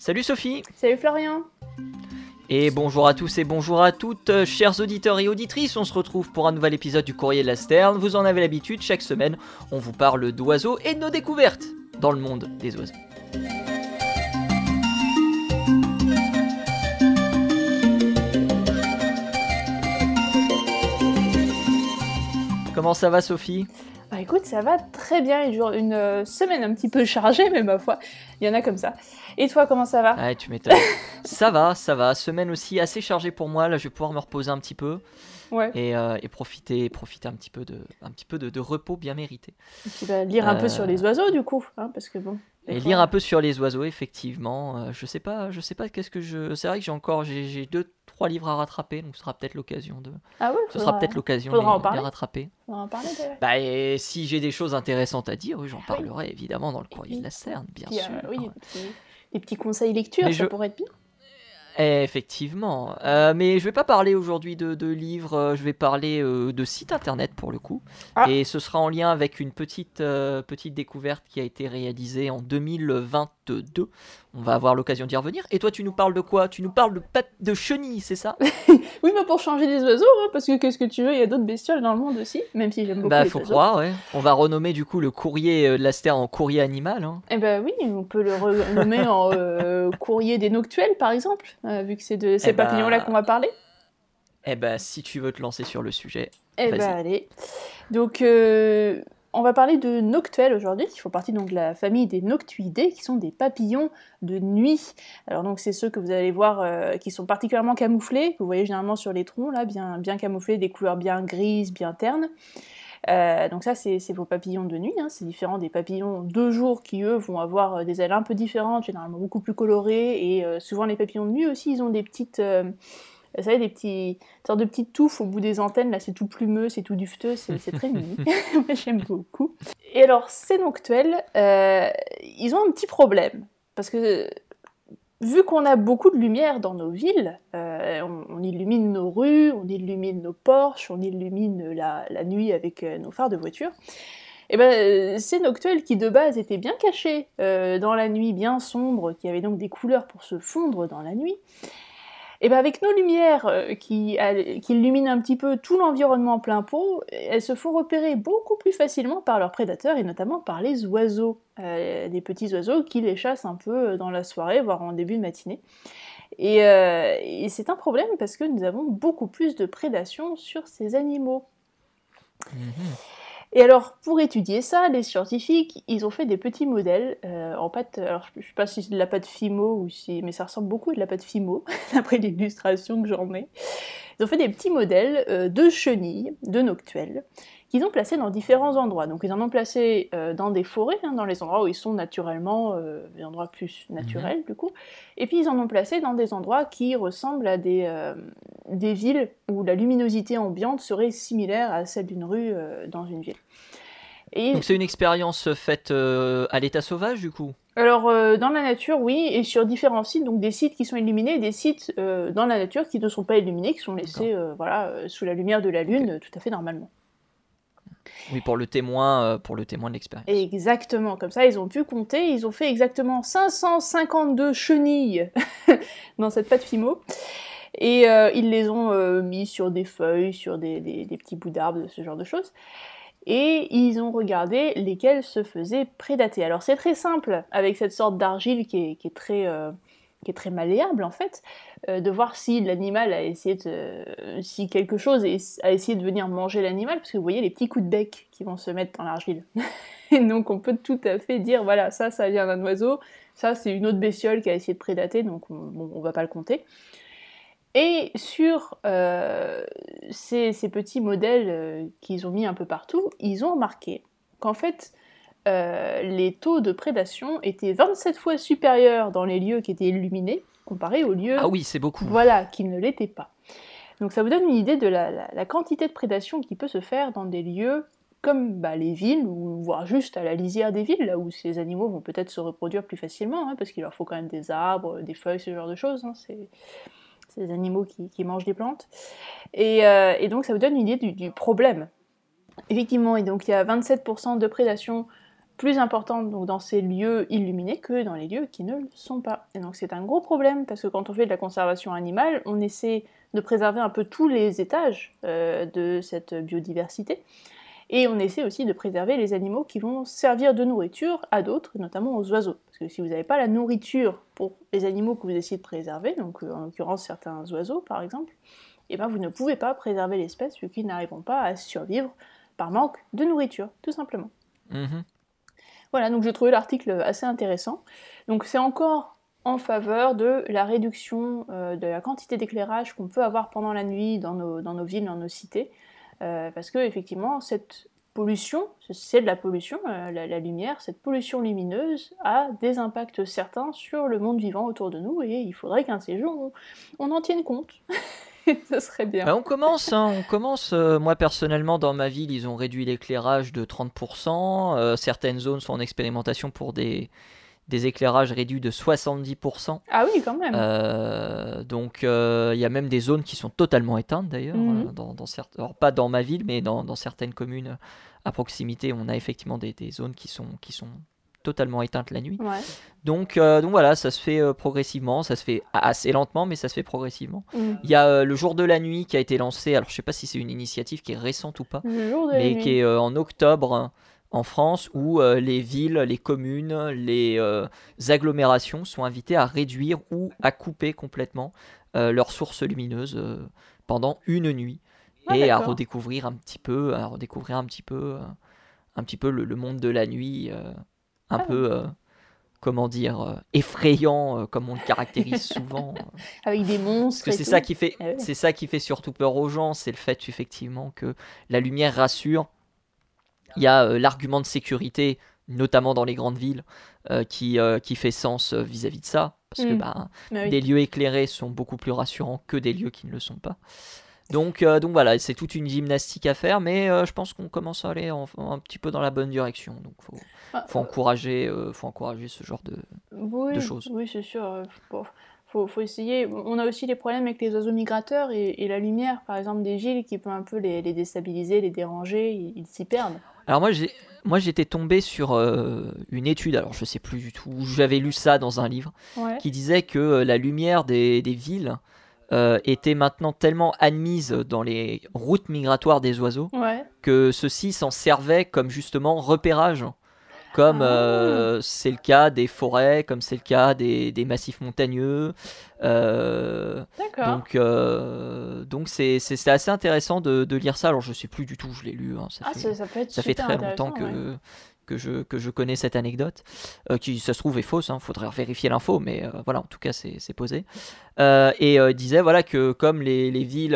Salut Sophie. Salut Florian. Et bonjour à tous et bonjour à toutes, chers auditeurs et auditrices, on se retrouve pour un nouvel épisode du Courrier de la Sterne. Vous en avez l'habitude, chaque semaine, on vous parle d'oiseaux et de nos découvertes dans le monde des oiseaux. Comment ça va Sophie ? Bah écoute, ça va très bien, une semaine un petit peu chargée, mais ma foi, il y en a comme ça. Et toi, comment ça va ? Ouais, tu m'étonnes. Ça va, semaine aussi assez chargée pour moi, là je vais pouvoir me reposer un petit peu. Ouais. Et profiter un petit peu de repos bien mérité. Et puis lire un peu sur les oiseaux du coup, hein, parce que bon. Et lire un peu sur les oiseaux, effectivement. Je sais pas qu'est-ce que je. C'est vrai que j'ai 2-3 livres à rattraper, donc ce sera peut-être l'occasion de. Ah ouais. Ce sera peut-être l'occasion de les rattraper. Faudra en parler d'ailleurs. Bah et si j'ai des choses intéressantes à dire, oui, j'en parlerai évidemment dans le courrier de la Sterne, bien sûr. Oui, des petits conseils lecture, ça pourrait être bien. Effectivement, mais je vais pas parler aujourd'hui de livres, je vais parler de sites internet pour le coup, et ce sera en lien avec une petite découverte qui a été réalisée en 2022. On va avoir l'occasion d'y revenir. Et toi, tu nous parles de quoi ? Tu nous parles de chenilles, c'est ça ? Oui, mais pour changer des oiseaux, hein, parce que qu'est-ce que tu veux, il y a d'autres bestioles dans le monde aussi, même si j'aime beaucoup les faut oiseaux. Croire, ouais. On va renommer du coup le courrier de la Sterne en courrier animal. Hein. Eh ben oui, on peut le renommer en courrier des noctuels, par exemple, vu que c'est de ces papillons-là qu'on va parler. Eh ben, si tu veux te lancer sur le sujet, vas-y. Ben allez. Donc, on va parler de noctuels aujourd'hui, qui font partie donc de la famille des noctuidés, qui sont des papillons de nuit. Alors donc c'est ceux que vous allez voir qui sont particulièrement camouflés, que vous voyez généralement sur les troncs, là, bien camouflés, des couleurs bien grises, bien ternes. Donc ça c'est vos papillons de nuit, hein. C'est différent des papillons de jour qui eux vont avoir des ailes un peu différentes, généralement beaucoup plus colorées, et souvent les papillons de nuit aussi ils ont des petites... vous savez, des sortes de petites touffes au bout des antennes, là c'est tout plumeux, c'est tout dufteux, c'est très mimi. Moi j'aime beaucoup. Et alors ces noctuels, ils ont un petit problème, parce que vu qu'on a beaucoup de lumière dans nos villes, on illumine nos rues, on illumine nos porches, on illumine la nuit avec nos phares de voiture, et ces noctuels qui de base étaient bien cachés dans la nuit, bien sombres, qui avaient donc des couleurs pour se fondre dans la nuit, et avec nos lumières qui illuminent un petit peu tout l'environnement plein pot, elles se font repérer beaucoup plus facilement par leurs prédateurs, et notamment par les oiseaux, des petits oiseaux qui les chassent un peu dans la soirée, voire en début de matinée. Et c'est un problème parce que nous avons beaucoup plus de prédation sur ces animaux. Et alors, pour étudier ça, les scientifiques, ils ont fait des petits modèles en pâte... Alors, je ne sais pas si c'est de la pâte Fimo, mais ça ressemble beaucoup à de la pâte Fimo, d'après l'illustration que j'en ai. Ils ont fait des petits modèles de chenilles, de noctuels, qu'ils ont placés dans différents endroits. Donc, ils en ont placé dans des forêts, hein, dans les endroits où ils sont naturellement, des endroits plus naturels, du coup. Et puis, ils en ont placé dans des endroits qui ressemblent à des villes où la luminosité ambiante serait similaire à celle d'une rue dans une ville. Donc c'est une expérience faite à l'état sauvage du coup ? Alors dans la nature oui, et sur différents sites, donc des sites qui sont illuminés et des sites dans la nature qui ne sont pas illuminés, qui sont laissés sous la lumière de la lune, tout à fait normalement. Oui, pour le témoin de l'expérience. Exactement, comme ça ils ont pu compter, ils ont fait exactement 552 chenilles dans cette pâte Fimo. Et ils les ont mis sur des feuilles, sur des petits bouts d'arbres, ce genre de choses. Et ils ont regardé lesquels se faisaient prédater. Alors c'est très simple, avec cette sorte d'argile qui est très malléable en fait, de voir si l'animal a essayé si quelque chose a essayé de venir manger l'animal, parce que vous voyez les petits coups de bec qui vont se mettre dans l'argile. Et donc on peut tout à fait dire, voilà, ça vient d'un oiseau, ça c'est une autre bestiole qui a essayé de prédater, donc on va pas le compter. Et sur ces petits modèles qu'ils ont mis un peu partout, ils ont remarqué qu'en fait, les taux de prédation étaient 27 fois supérieurs dans les lieux qui étaient illuminés, comparé aux lieux c'est beaucoup. Qui ne l'étaient pas. Donc ça vous donne une idée de la quantité de prédation qui peut se faire dans des lieux comme les villes, ou voire juste à la lisière des villes, là où ces animaux vont peut-être se reproduire plus facilement, hein, parce qu'il leur faut quand même des arbres, des feuilles, ce genre de choses, hein, c'est des animaux qui mangent des plantes. Et donc ça vous donne une idée du problème. Effectivement, et donc il y a 27% de prédation plus importante donc, dans ces lieux illuminés que dans les lieux qui ne le sont pas. Et donc c'est un gros problème, parce que quand on fait de la conservation animale, on essaie de préserver un peu tous les étages de cette biodiversité, et on essaie aussi de préserver les animaux qui vont servir de nourriture à d'autres, notamment aux oiseaux. Parce que si vous n'avez pas la nourriture pour les animaux que vous essayez de préserver, donc en l'occurrence certains oiseaux par exemple, et ben vous ne pouvez pas préserver l'espèce vu qu'ils n'arriveront pas à survivre par manque de nourriture, tout simplement. Voilà, donc j'ai trouvé l'article assez intéressant. Donc c'est encore en faveur de la réduction de la quantité d'éclairage qu'on peut avoir pendant la nuit dans nos villes, dans nos cités, parce que effectivement cette pollution, c'est de la pollution, la lumière, cette pollution lumineuse a des impacts certains sur le monde vivant autour de nous, et il faudrait qu'un de ces jours on en tienne compte. Ça serait bien. On commence. Moi, personnellement, dans ma ville, ils ont réduit l'éclairage de 30%. Certaines zones sont en expérimentation pour des éclairages réduits de 70%. Ah oui, quand même. Donc, il y a même des zones qui sont totalement éteintes, d'ailleurs. Alors, pas dans ma ville, mais dans certaines communes à proximité, on a effectivement des zones qui sont totalement éteintes la nuit. Ouais. Donc voilà, ça se fait progressivement, ça se fait assez lentement, mais ça se fait progressivement. Il y a le jour de la nuit qui a été lancé, alors je sais pas si c'est une initiative qui est récente ou pas, mais qui est en octobre en France, où les villes, les communes, les agglomérations sont invitées à réduire ou à couper complètement leurs sources lumineuses pendant une nuit, et à redécouvrir un petit peu le monde de la nuit, un peu, comment dire, effrayant, comme on le caractérise souvent. Avec des monstres. Parce que c'est ça qui fait surtout peur aux gens, c'est le fait effectivement que la lumière rassure. Il y a l'argument de sécurité, notamment dans les grandes villes, qui fait sens vis-à-vis de ça, parce que des lieux éclairés sont beaucoup plus rassurants que des lieux qui ne le sont pas. Donc voilà, c'est toute une gymnastique à faire, mais je pense qu'on commence à aller un petit peu dans la bonne direction. Donc faut encourager ce genre de choses. Oui, c'est sûr. Faut essayer. On a aussi des problèmes avec les oiseaux migrateurs et la lumière, par exemple, des villes qui peut un peu les déstabiliser, les déranger, ils s'y perdent. Alors moi j'étais tombé sur une étude, alors je sais plus du tout, j'avais lu ça dans un livre, qui disait que la lumière des villes était maintenant tellement admise dans les routes migratoires des oiseaux que ceux-ci s'en servaient comme justement repérage, comme c'est le cas des forêts, comme c'est le cas des massifs montagneux. D'accord. Donc c'est assez intéressant de lire ça. Alors je sais plus du tout, je l'ai lu. Ça fait très longtemps que je connais cette anecdote, qui, ça se trouve, est fausse, faudrait vérifier l'info, mais voilà, en tout cas, c'est posé. Et disait voilà, que comme les villes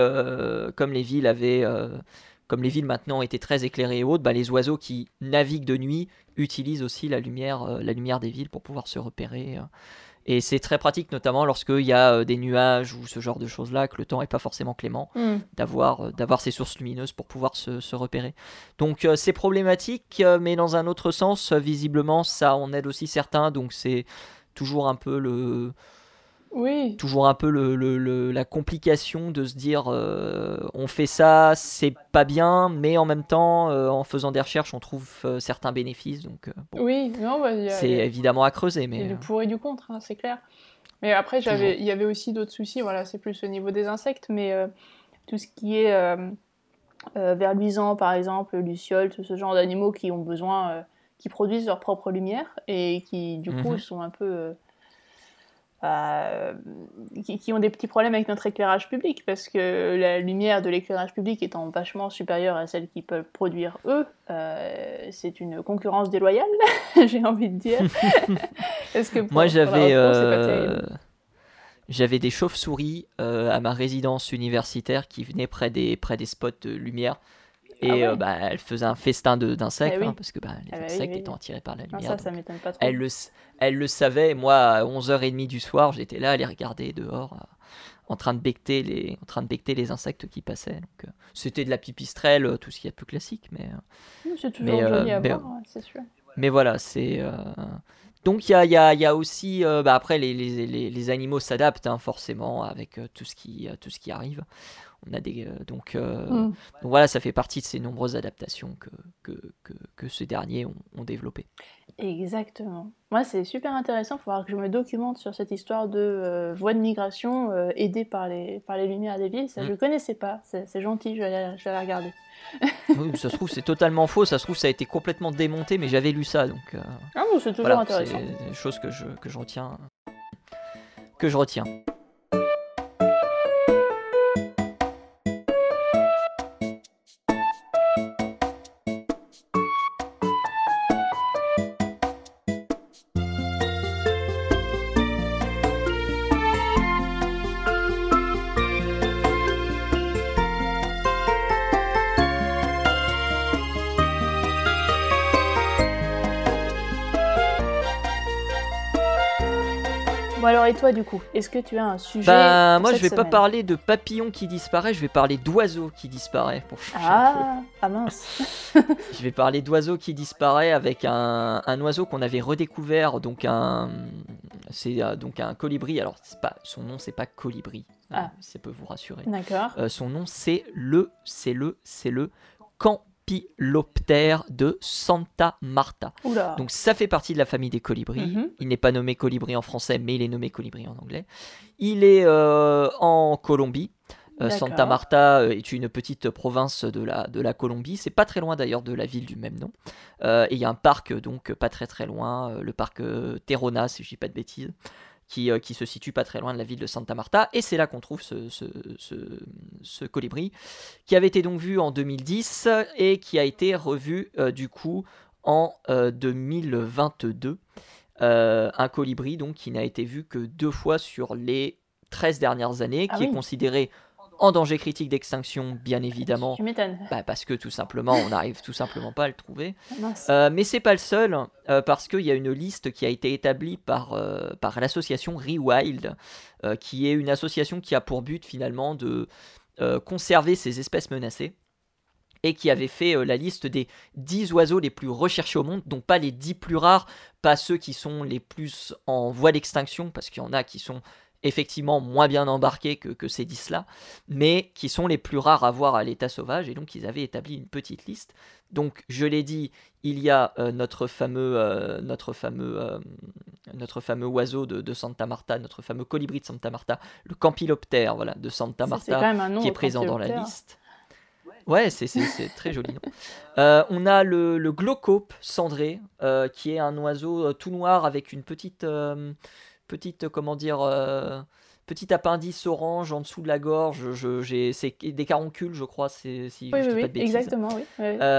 maintenant étaient très éclairées et autres, les oiseaux qui naviguent de nuit utilisent aussi la lumière des villes pour pouvoir se repérer. Et c'est très pratique, notamment lorsqu'il y a des nuages ou ce genre de choses-là, que le temps n'est pas forcément clément, d'avoir ces sources lumineuses pour pouvoir se repérer. Donc c'est problématique, mais dans un autre sens, visiblement, ça en aide aussi certains. Donc c'est toujours un peu la complication de se dire on fait ça, c'est pas bien, mais en même temps en faisant des recherches on trouve certains bénéfices, donc c'est évidemment à creuser, mais il y a du pour et du contre, c'est clair. Mais après il y avait aussi d'autres soucis, voilà, c'est plus au niveau des insectes, mais tout ce qui est verluisant par exemple, lucioles, ce genre d'animaux qui ont besoin, qui produisent leur propre lumière et qui du coup sont un peu qui ont des petits problèmes avec notre éclairage public, parce que la lumière de l'éclairage public étant vachement supérieure à celle qu'ils peuvent produire eux, c'est une concurrence déloyale, j'ai envie de dire. Parce que moi j'avais des chauves-souris à ma résidence universitaire qui venaient près des spots de lumière. Et elle faisait un festin d'insectes, parce que les insectes étant attirés par la lumière. Ça m'étonne pas trop. Elle le savait, et moi, à 11h30 du soir, j'étais là à les regarder dehors, en train de becqueter les insectes qui passaient. Donc, c'était de la pipistrelle, tout ce qu'il y a de plus classique. Mais, c'est toujours joli à voir, c'est sûr. Mais voilà, c'est... Donc il y a aussi, après les animaux s'adaptent hein, forcément avec tout ce qui arrive. On a donc voilà, ça fait partie de ces nombreuses adaptations que ces derniers ont développées. Exactement. Moi, c'est super intéressant. Il faudra que je me documente sur cette histoire de voie de migration aidée par les lumières des villes. Ça, je connaissais pas. C'est gentil, je vais aller regarder. Oui, ça se trouve, c'est totalement faux. Ça se trouve, ça a été complètement démonté, mais j'avais lu ça. Donc, Ah bon, c'est toujours voilà, intéressant. c'est des choses que je retiens. Que je retiens. Bon alors et toi du coup, est-ce que tu as un sujet pour moi cette je vais semaine? pas parler de papillons qui disparaissent, je vais parler d'oiseaux qui disparaissent pour changer Ah mince. Je vais parler d'oiseaux qui disparaissent avec un oiseau qu'on avait redécouvert, donc c'est donc un colibri. Alors son nom c'est pas colibri, ça peut vous rassurer. D'accord. Son nom c'est le Campyloptère de Santa Marta. Oula. Donc ça fait partie de la famille des colibris. Il n'est pas nommé colibri en français, mais il est nommé colibri en anglais. Il est en Colombie. Santa Marta est une petite province de la Colombie. C'est pas très loin d'ailleurs de la ville du même nom. Et il y a un parc donc pas très loin, le parc Terrona, si je dis pas de bêtises, qui se situe pas très loin de la ville de Santa Marta. Et c'est là qu'on trouve ce colibri, qui avait été donc vu en 2010 et qui a été revu du coup en 2022. Un colibri donc qui n'a été vu que 2 fois sur les 13 dernières années, qui est considéré en danger critique d'extinction, bien évidemment. Tu m'étonnes. Parce que tout simplement, on n'arrive tout simplement pas à le trouver. Mais c'est pas le seul, parce qu'il y a une liste qui a été établie par l'association Rewild, qui est une association qui a pour but finalement de conserver ces espèces menacées, et qui avait fait la liste des 10 oiseaux les plus recherchés au monde, donc pas les 10 plus rares, pas ceux qui sont les plus en voie d'extinction, parce qu'il y en a qui sont effectivement moins bien embarqués que ces 10-là, mais qui sont les plus rares à voir à l'état sauvage, et donc ils avaient établi une petite liste. Donc je l'ai dit, il y a notre fameux oiseau de Santa Marta, notre fameux colibri de Santa Marta, le Campyloptère de Santa Marta, qui est présent dans la liste. Ouais, c'est très joli. On a le glaucope cendré, qui est un oiseau tout noir avec une petite petit appendice orange en dessous de la gorge. C'est des caroncules, je crois, si je dis pas de bêtises. Exactement, oui.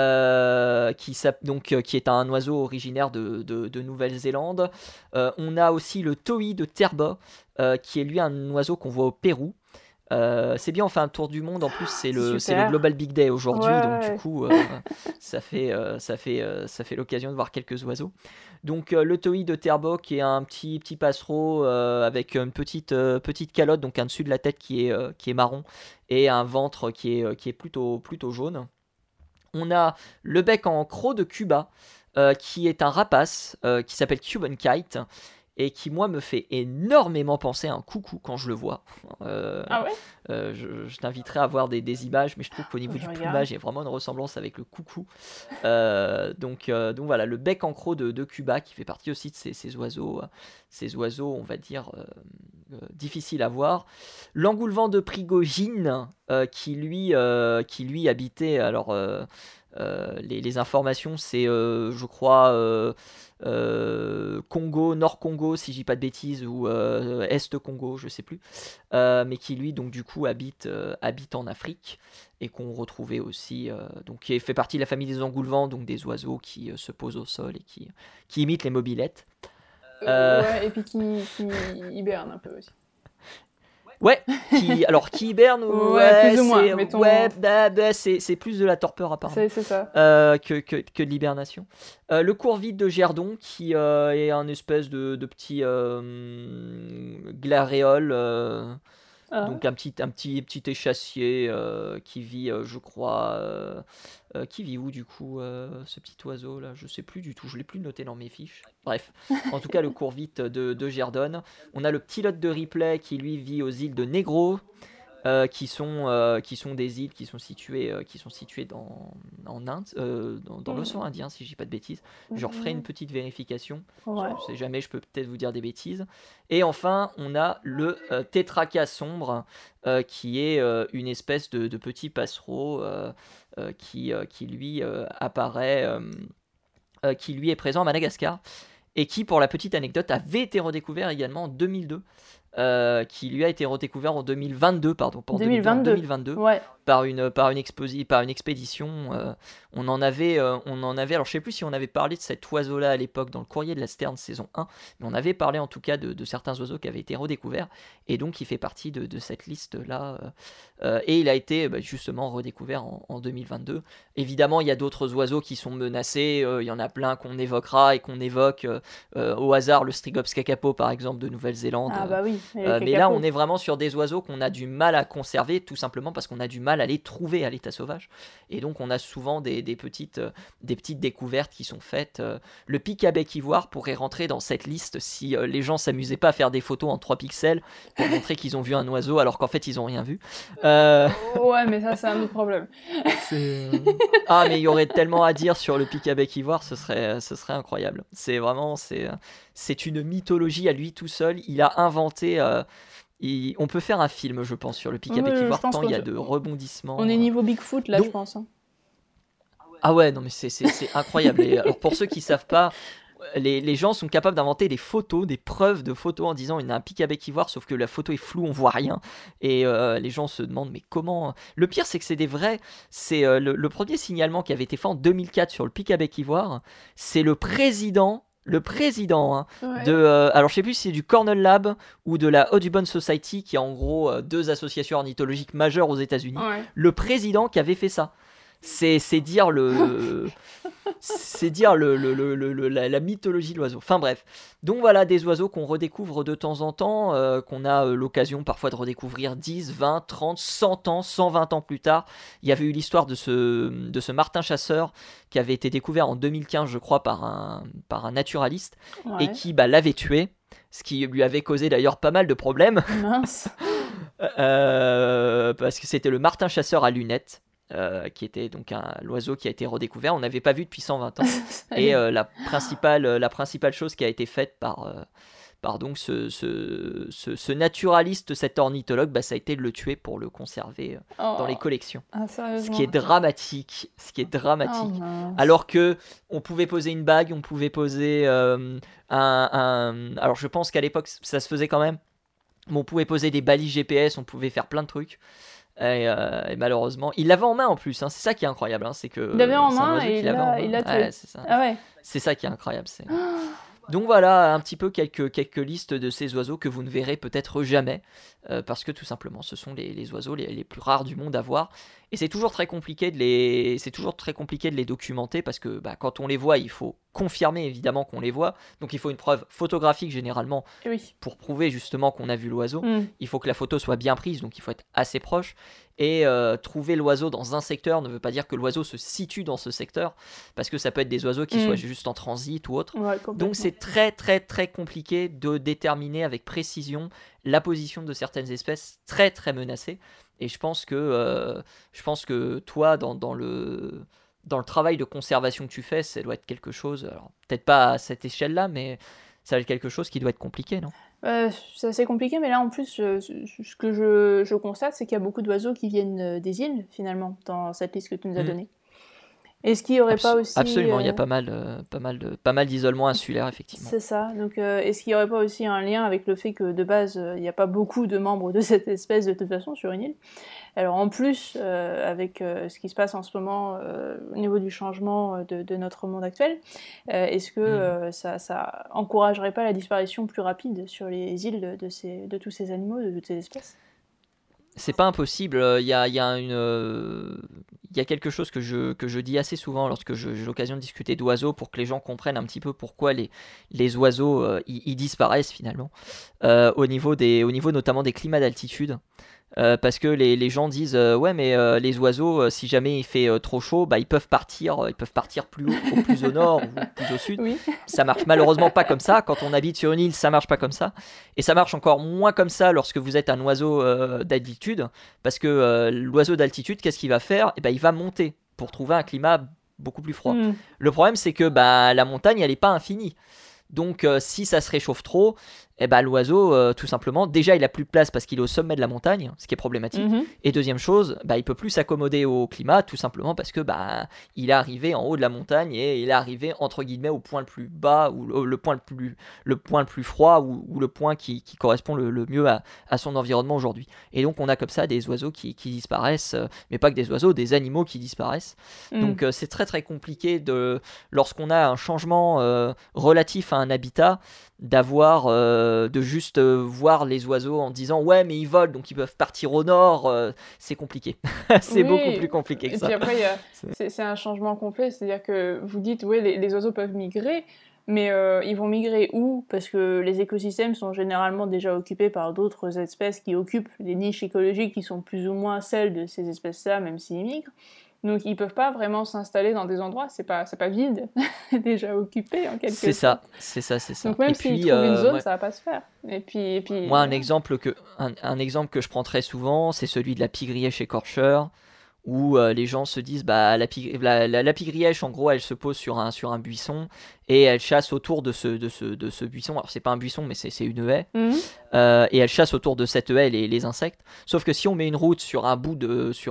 Qui est un oiseau originaire de Nouvelle-Zélande. On a aussi le towhee de Terre-Bas, qui est lui un oiseau qu'on voit au Pérou. C'est bien, on fait un tour du monde. En plus, c'est le Global Big Day aujourd'hui, donc du coup, ça fait l'occasion de voir quelques oiseaux. Donc le towhee de Terre-Bas, qui est un petit passereau avec une petite calotte, donc un dessus de la tête qui est marron, et un ventre qui est plutôt jaune. On a le bec en croc de Cuba, qui est un rapace qui s'appelle Cuban Kite, et qui, moi, me fait énormément penser à un coucou quand je le vois. Je t'inviterai à voir des images, mais je trouve qu'au niveau du plumage, il y a vraiment une ressemblance avec le coucou. Donc voilà, le bec en croc de Cuba, qui fait partie aussi de ces oiseaux, on va dire, difficiles à voir. L'engoulevent de Prigogine, qui lui habitait... Alors, les informations, c'est, je crois... Congo, Nord Congo si je dis pas de bêtises, ou Est Congo, je sais plus, mais qui lui donc du coup habite en Afrique, et qu'on retrouvait aussi, donc qui fait partie de la famille des engoulevents, donc des oiseaux qui se posent au sol et qui imitent les mobylettes. Ouais, et puis qui hibernent un peu aussi. Ouais, qui hiberne, plus ou moins, mettons. C'est plus de la torpeur apparemment. C'est ça. Que de l'hibernation. Le courvide de Gerdon, qui est un espèce de petit glaréole, Donc un petit échassier qui vit, je crois, qui vit où du coup, ce petit oiseau là? Je sais plus du tout, je l'ai plus noté dans mes fiches. Bref, en tout cas le cours vite de Gerdon. On a le petit lot de Ripley qui lui vit aux îles de Negro. Qui sont des îles qui sont situées en Inde, dans l'océan Indien, si je dis pas de bêtises. Je referai une petite vérification. Ouais. Je sais jamais, je peux peut-être vous dire des bêtises. Et enfin, on a le tétraka sombre, qui est une espèce de petit passereau qui lui apparaît, qui lui est présent à Madagascar. Et qui, pour la petite anecdote, avait été redécouvert également en 2002. Qui lui a été redécouvert en 2022, pardon, pas en 2022, ouais. par une expédition. On en avait, alors je sais plus si on avait parlé de cet oiseau-là à l'époque dans le courrier de la Sterne saison 1, mais on avait parlé en tout cas de certains oiseaux qui avaient été redécouverts, et donc il fait partie de cette liste-là, et il a été justement redécouvert en 2022. Évidemment, il y a d'autres oiseaux qui sont menacés, il y en a plein qu'on évoquera et qu'on évoque au hasard, le Strigops kakapo par exemple de Nouvelle-Zélande. Ah bah oui. Mais là, on est vraiment sur des oiseaux qu'on a du mal à conserver, tout simplement parce qu'on a du mal à les trouver à l'état sauvage. Et donc, on a souvent des petites découvertes qui sont faites. Le pic à bec ivoire pourrait rentrer dans cette liste si les gens s'amusaient pas à faire des photos en 3 pixels pour montrer qu'ils ont vu un oiseau alors qu'en fait, ils ont rien vu. Ouais, mais ça, c'est un autre problème. Ah, mais il y aurait tellement à dire sur le pic à bec ivoire, ce serait incroyable. C'est vraiment, c'est une mythologie à lui tout seul. Il a inventé. On peut faire un film, je pense, sur le pic à bec ivoire, tant il y a de rebondissements. On est niveau Bigfoot là, je pense. Hein. Ah ouais, non mais c'est incroyable. Et alors pour ceux qui savent pas, les gens sont capables d'inventer des photos, des preuves de photos en disant il y a un pic à bec ivoire, sauf que la photo est floue, on voit rien. Et les gens se demandent mais comment. Le pire c'est que c'est des vrais. C'est le premier signalement qui avait été fait en 2004 sur le pic à bec ivoire. C'est le président ouais. Alors je sais plus si c'est du Cornell Lab ou de la Audubon Society, qui est en gros deux associations ornithologiques majeures aux États-Unis. Ouais. Le président qui avait fait ça. C'est dire la mythologie de l'oiseau. Enfin bref. Donc voilà, des oiseaux qu'on redécouvre de temps en temps, qu'on a l'occasion parfois de redécouvrir 10, 20, 30, 100 ans, 120 ans plus tard. Il y avait eu l'histoire de ce martin chasseur qui avait été découvert en 2015, je crois, par un naturaliste, ouais. et qui l'avait tué. Ce qui lui avait causé d'ailleurs pas mal de problèmes. Mince. Parce que c'était le martin chasseur à lunettes. Qui était donc l'oiseau qui a été redécouvert. On n'avait pas vu depuis 120 ans. Et la principale chose qui a été faite par donc ce naturaliste, cet ornithologue, ça a été de le tuer pour le conserver dans les collections. Ah, ce qui est dramatique. Oh, alors que on pouvait poser une bague, on pouvait poser alors je pense qu'à l'époque ça se faisait quand même. Mais on pouvait poser des balises GPS, on pouvait faire plein de trucs. Et malheureusement, il l'avait en main en plus. Hein, c'est ça qui est incroyable. Hein, c'est que il l'avait en main et il l'a tué. Ouais, c'est ça. Ah ouais. C'est ça qui est incroyable. Donc voilà un petit peu quelques listes de ces oiseaux que vous ne verrez peut-être jamais, parce que tout simplement ce sont les oiseaux les plus rares du monde à voir. Et c'est toujours très compliqué de les documenter, parce que quand on les voit, il faut confirmer évidemment qu'on les voit. Donc il faut une preuve photographique généralement, oui, pour prouver justement qu'on a vu l'oiseau. Il faut que la photo soit bien prise, donc il faut être assez proche. Et trouver l'oiseau dans un secteur ne veut pas dire que l'oiseau se situe dans ce secteur, parce que ça peut être des oiseaux qui soient juste en transit ou autre. Ouais, donc c'est très très très compliqué de déterminer avec précision la position de certaines espèces très très menacées. Et je pense que toi, dans le travail de conservation que tu fais, ça doit être quelque chose, alors peut-être pas à cette échelle-là, mais ça va être quelque chose qui doit être compliqué, non ? C'est assez compliqué, mais là en plus, ce que je constate, c'est qu'il y a beaucoup d'oiseaux qui viennent des îles, finalement, dans cette liste que tu nous as donnée. Est-ce qu'il n'y aurait pas aussi... Absolument, il y a pas mal d'isolements insulaires, effectivement. C'est ça. Donc, est-ce qu'il n'y aurait pas aussi un lien avec le fait que, de base, il n'y a pas beaucoup de membres de cette espèce, de toute façon, sur une île ? Alors, en plus, avec ce qui se passe en ce moment au niveau du changement de notre monde actuel, est-ce que ça encouragerait pas la disparition plus rapide sur les îles de tous ces animaux, de toutes ces espèces ? C'est pas impossible. Il y a quelque chose que je dis assez souvent lorsque j'ai l'occasion de discuter d'oiseaux pour que les gens comprennent un petit peu pourquoi les oiseaux ils disparaissent finalement. Au niveau notamment des climats d'altitude. Parce que les gens disent ouais mais les oiseaux si jamais il fait trop chaud ils peuvent partir plus haut, plus au nord ou plus au sud. Oui. Ça marche malheureusement pas comme ça. Quand on habite sur une île, ça marche pas comme ça, et ça marche encore moins comme ça lorsque vous êtes un oiseau d'altitude, parce que l'oiseau d'altitude, qu'est-ce qu'il va faire? Il va monter pour trouver un climat beaucoup plus froid. Le problème, c'est que la montagne elle est pas infinie. Donc si ça se réchauffe trop, l'oiseau tout simplement, déjà il a plus de place parce qu'il est au sommet de la montagne, ce qui est problématique. Et deuxième chose, il peut plus s'accommoder au climat, tout simplement parce que il est arrivé en haut de la montagne et il est arrivé entre guillemets au point le plus bas, ou le point le plus froid, ou le point qui correspond le mieux à son environnement aujourd'hui. Et donc on a comme ça des oiseaux qui disparaissent, mais pas que des oiseaux, des animaux qui disparaissent. Donc c'est très très compliqué lorsqu'on a un changement relatif à un habitat, d'avoir de juste voir les oiseaux en disant ouais mais ils volent donc ils peuvent partir au nord, c'est compliqué. C'est beaucoup plus compliqué que ça. Et puis après c'est un changement complet, c'est-à-dire que vous dites ouais les oiseaux peuvent migrer, mais ils vont migrer où? Parce que les écosystèmes sont généralement déjà occupés par d'autres espèces qui occupent des niches écologiques qui sont plus ou moins celles de ces espèces-là, même s'ils migrent. Donc ils peuvent pas vraiment s'installer dans des endroits, c'est pas vide, déjà occupé en quelque sorte. C'est ça. Donc même s'ils trouvent une zone, ça va pas se faire. Et puis moi un exemple que je prends très souvent, c'est celui de la pie-grièche écorcheur, où les gens se disent la pie-grièche en gros elle se pose sur un buisson et elle chasse autour de ce buisson. Alors c'est pas un buisson mais c'est une haie. Et elle chasse autour de cette haie les insectes. Sauf que si on met une route sur un bout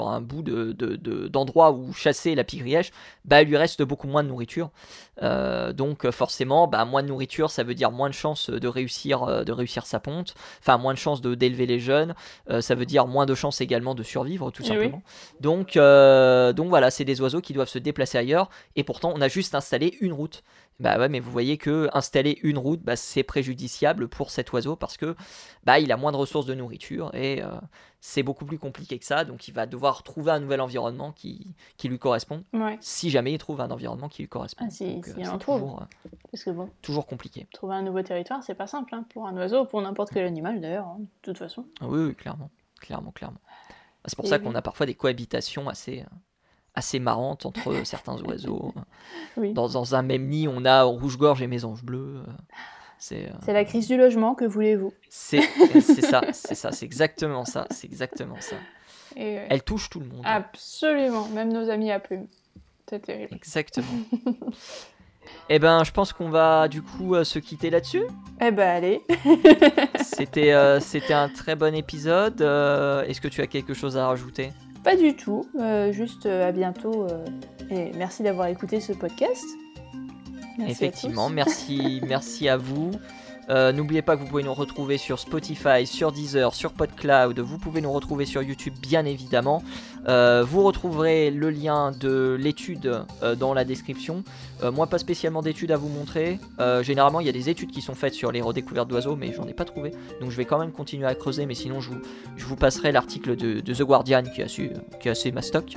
d'endroit où chasser la pie-grièche, il lui reste beaucoup moins de nourriture. Donc forcément, moins de nourriture, ça veut dire moins de chances de réussir sa ponte. Enfin, moins de chances d'élever les jeunes. Ça veut dire moins de chances également de survivre, tout simplement. Donc voilà, c'est des oiseaux qui doivent se déplacer ailleurs. Et pourtant, on a juste installé une route. Ouais, mais vous voyez que installer une route, c'est préjudiciable pour cet oiseau parce que il a moins de ressources de nourriture et c'est beaucoup plus compliqué que ça. Donc il va devoir trouver un nouvel environnement qui lui correspond. Ouais. Si jamais il trouve un environnement qui lui correspond. Ah, si il en trouve. Parce que toujours compliqué. Trouver un nouveau territoire, c'est pas simple pour un oiseau, pour n'importe quel animal d'ailleurs, de toute façon. Oui, clairement. C'est pour ça qu'on a parfois des cohabitations assez marrantes entre certains oiseaux. Oui. Dans un même nid, on a rouge-gorge et mésange bleu. C'est la crise du logement, que voulez-vous? C'est ça, c'est exactement ça. Et elle touche tout le monde. Absolument, même nos amis à plumes. C'est terrible. Exactement. Je pense qu'on va du coup se quitter là-dessus. Allez. C'était un très bon épisode. Est-ce que tu as quelque chose à rajouter? Pas du tout, juste à bientôt et merci d'avoir écouté ce podcast. Merci. Effectivement, merci à vous. N'oubliez pas que vous pouvez nous retrouver sur Spotify, sur Deezer, sur PodCloud. Vous pouvez nous retrouver sur YouTube, bien évidemment. Vous retrouverez le lien de l'étude dans la description. Moi, pas spécialement d'études à vous montrer. Généralement, il y a des études qui sont faites sur les redécouvertes d'oiseaux, mais j'en ai pas trouvé. Donc, je vais quand même continuer à creuser. Mais sinon, je vous passerai l'article de The Guardian qui est assez mastoc.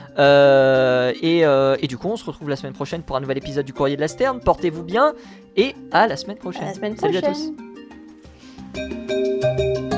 Et du coup, on se retrouve la semaine prochaine pour un nouvel épisode du Courrier de la Sterne. Portez-vous bien et à la semaine prochaine. À la semaine prochaine. Salut à tous.